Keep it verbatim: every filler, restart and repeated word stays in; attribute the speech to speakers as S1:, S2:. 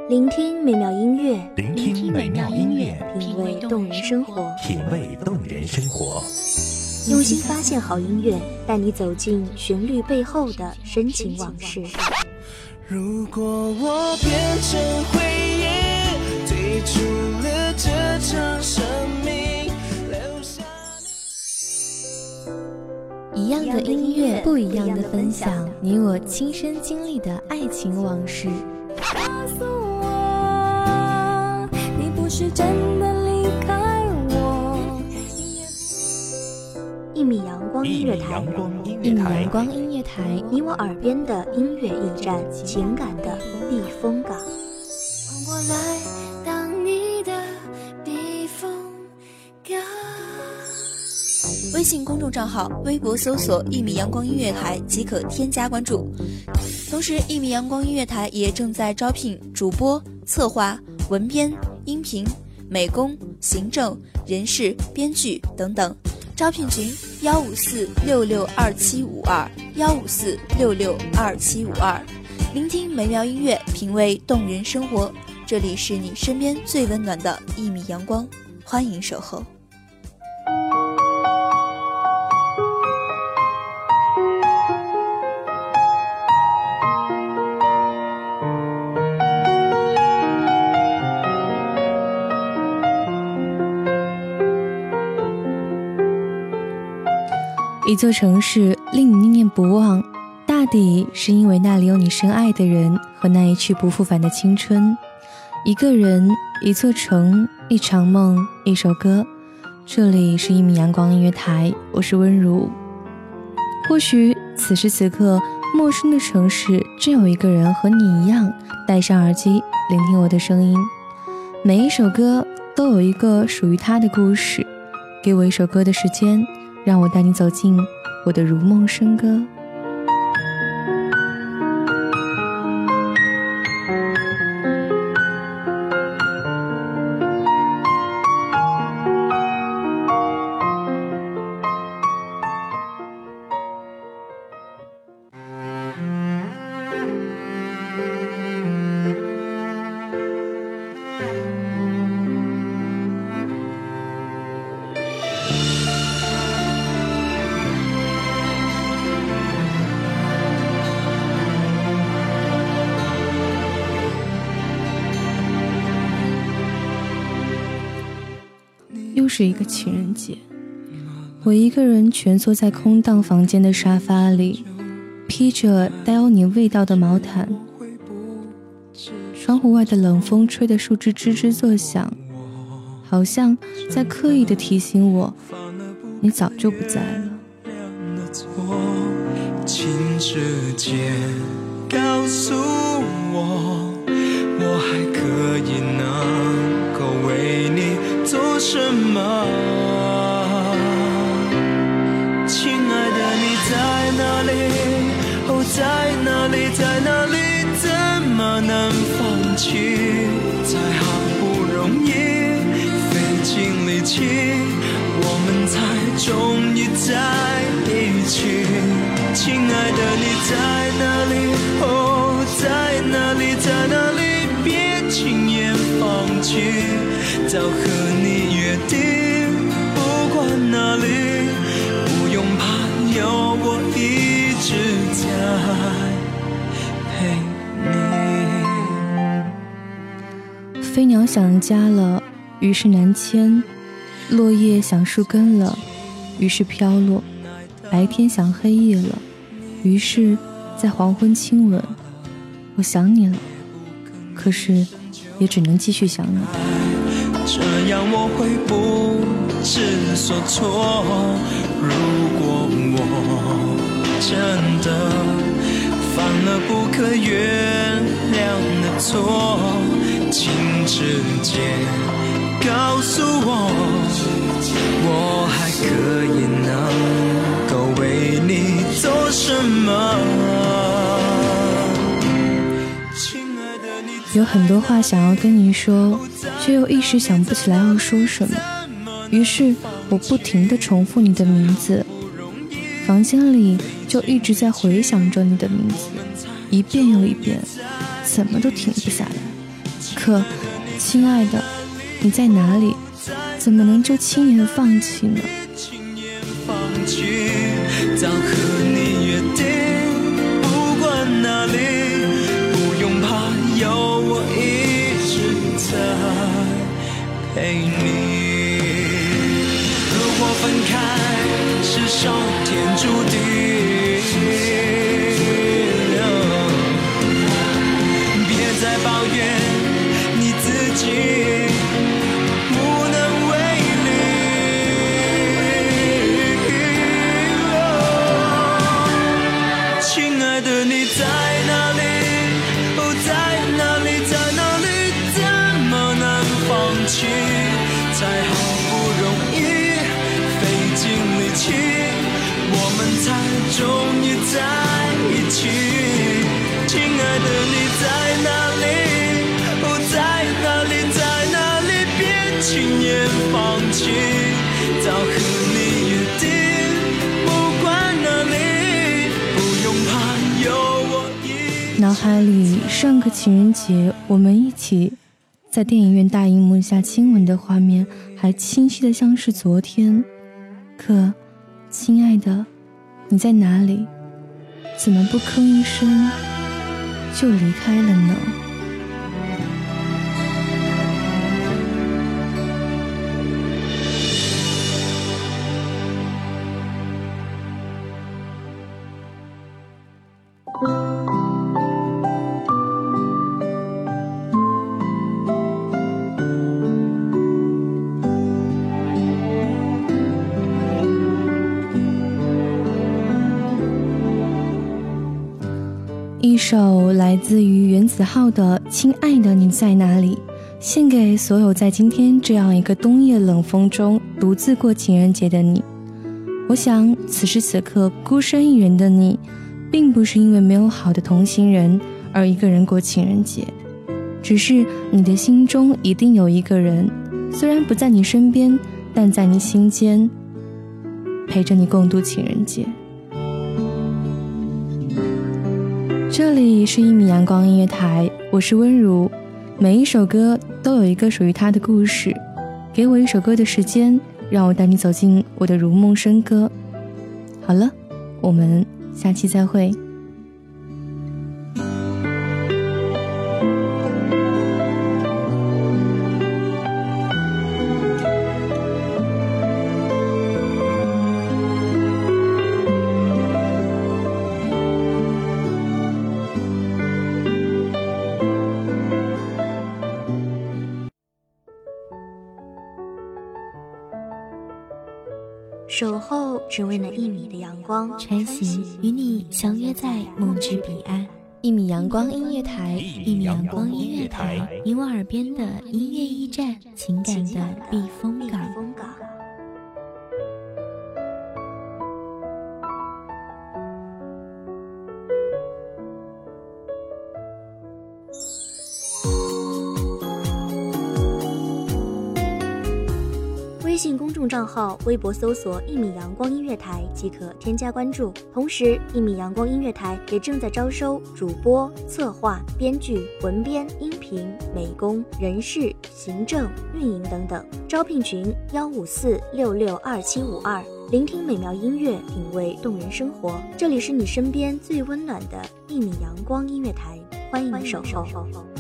S1: 聆听美妙音乐，
S2: 聆听美妙音乐，
S1: 品味动人生活，
S2: 品味动人生活。
S1: 用心发现好音乐，带你走进旋律背后的深情往事。
S3: 如果我变成回忆，退出了这场生命，留下
S4: 一样的音乐，不一样的分享，你我亲身经历的爱情往事。
S5: 告诉我，你不是真的离开我。
S1: 一米阳光音乐台，
S4: 一米阳光音乐台，
S1: 你我耳边的音乐驿站，情感的避风港。
S5: 换过来当你的避风港。
S6: 微信公众账号、微博搜索“一米阳光音乐台”即可添加关注。同时，一米阳光音乐台也正在招聘主播、策划、文编、音频、美工、行政、人事、编剧等等。招聘群：幺五四六六二七五二幺五四六六二七五二。聆听美妙音乐，品味动人生活。这里是你身边最温暖的一米阳光，欢迎守候。
S4: 一座城市令你念念不忘，大抵是因为那里有你深爱的人和那一去不复返的青春。一个人，一座城，一场梦，一首歌。这里是一米阳光音乐台，我是温如。或许此时此刻，陌生的城市正有一个人和你一样戴上耳机聆听我的声音。每一首歌都有一个属于他的故事，给我一首歌的时间，让我带你走进我的如梦笙歌。又是一个情人节，我一个人蜷缩在空荡房间的沙发里，披着带有你味道的毛毯。窗户外的冷风吹得树枝吱吱作响，好像在刻意地提醒我，你早就不在了。
S3: 请直接告诉我，我还可以能够为你做什么？亲爱的，你在哪里？哦，在哪里？在哪里？怎么能放弃？才好不容易费尽力气，我们才终于在一起。亲爱的，你在哪里？哦，在哪里？在哪里？别轻言放弃，早和你约定，不管哪里，不用怕，有我一直在陪你。
S4: 飞鸟想家了，于是南迁；落叶想树根了，于是飘落；白天想黑夜了，于是在黄昏亲吻。我想你了，可是也只能继续想你。
S3: 这样我会不知所措。如果我真的犯了不可原谅的错，请直接告诉我，我还可以能够为你做什么？
S4: 有很多话想要跟你说，却又一时想不起来要说什么，于是我不停地重复你的名字，房间里就一直在回想着你的名字，一遍又一遍，怎么都停不下来。 可，亲爱的，你在哪里？怎么能就轻言放弃呢？
S3: 早和你约定，不管哪里，不用怕，有我一直在陪你。如果分开是上天注定，别再抱怨你自己无能为力。亲爱的，你在哪里？哦，在哪里，在哪里？怎么能放弃？才好不容易费尽力气，我们才终于在一起。亲爱的，你在哪里？哦，在哪里，在哪里？别轻言放弃，早和你约定，不管哪里，不用怕，有我一。
S4: 脑海里上个情人节我们一起在电影院大荧幕下亲吻的画面还清晰的像是昨天，可亲爱的，你在哪里？怎么不吭一声就离开了呢？一首来自于原子浩的《亲爱的你在哪里》，献给所有在今天这样一个冬夜冷风中独自过情人节的你。我想此时此刻孤身一人的你，并不是因为没有好的同行人而一个人过情人节，只是你的心中一定有一个人，虽然不在你身边，但在你心间陪着你共度情人节。这里是一米阳光音乐台，我是温如，每一首歌都有一个属于它的故事，给我一首歌的时间，让我带你走进我的如梦笙歌。好了，我们下期再会。
S1: 守候只为那一米的阳光，
S5: 穿行与你相约在梦之彼岸。
S4: 一米阳光音乐台，
S5: 一米阳光音乐台，你我耳边的音乐驿站，情感的避风港。
S1: 微信公众账号、微博搜索“一米阳光音乐台”即可添加关注。同时，一米阳光音乐台也正在招收主播、策划、编剧、文编、音频、美工、人事、行政、运营等等。招聘群：幺五四六六二七五二。聆听美妙音乐，品味动人生活。这里是你身边最温暖的一米阳光音乐台，欢迎你守候。